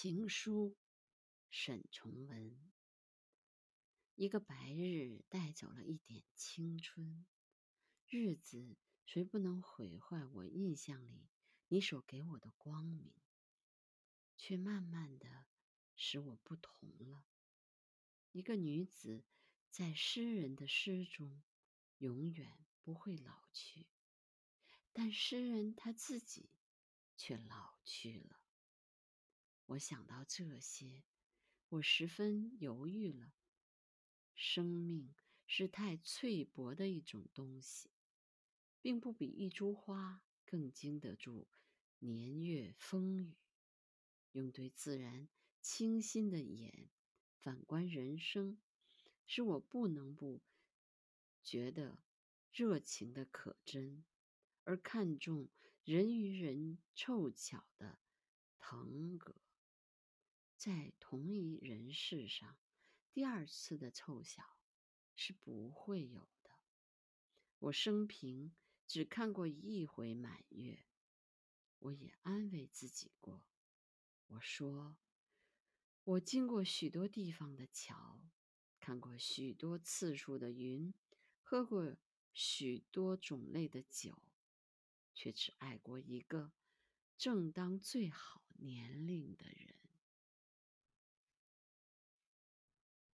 情书，沈从文。一个白日带走了一点青春，日子谁不能毁坏我印象里你所给我的光明，却慢慢的使我不同了。一个女子在诗人的诗中永远不会老去，但诗人他自己却老去了。我想到这些，我十分犹豫了。生命是太脆薄的一种东西，并不比一株花更经得住年月风雨。用对自然清新的眼反观人生，使我不能不觉得热情的可真，而看重人与人凑巧的腾格。在同一人世上，第二次的凑巧是不会有的。我生平只看过一回满月，我也安慰自己过。我说，我经过许多地方的桥，看过许多次数的云，喝过许多种类的酒，却只爱过一个正当最好年龄的人。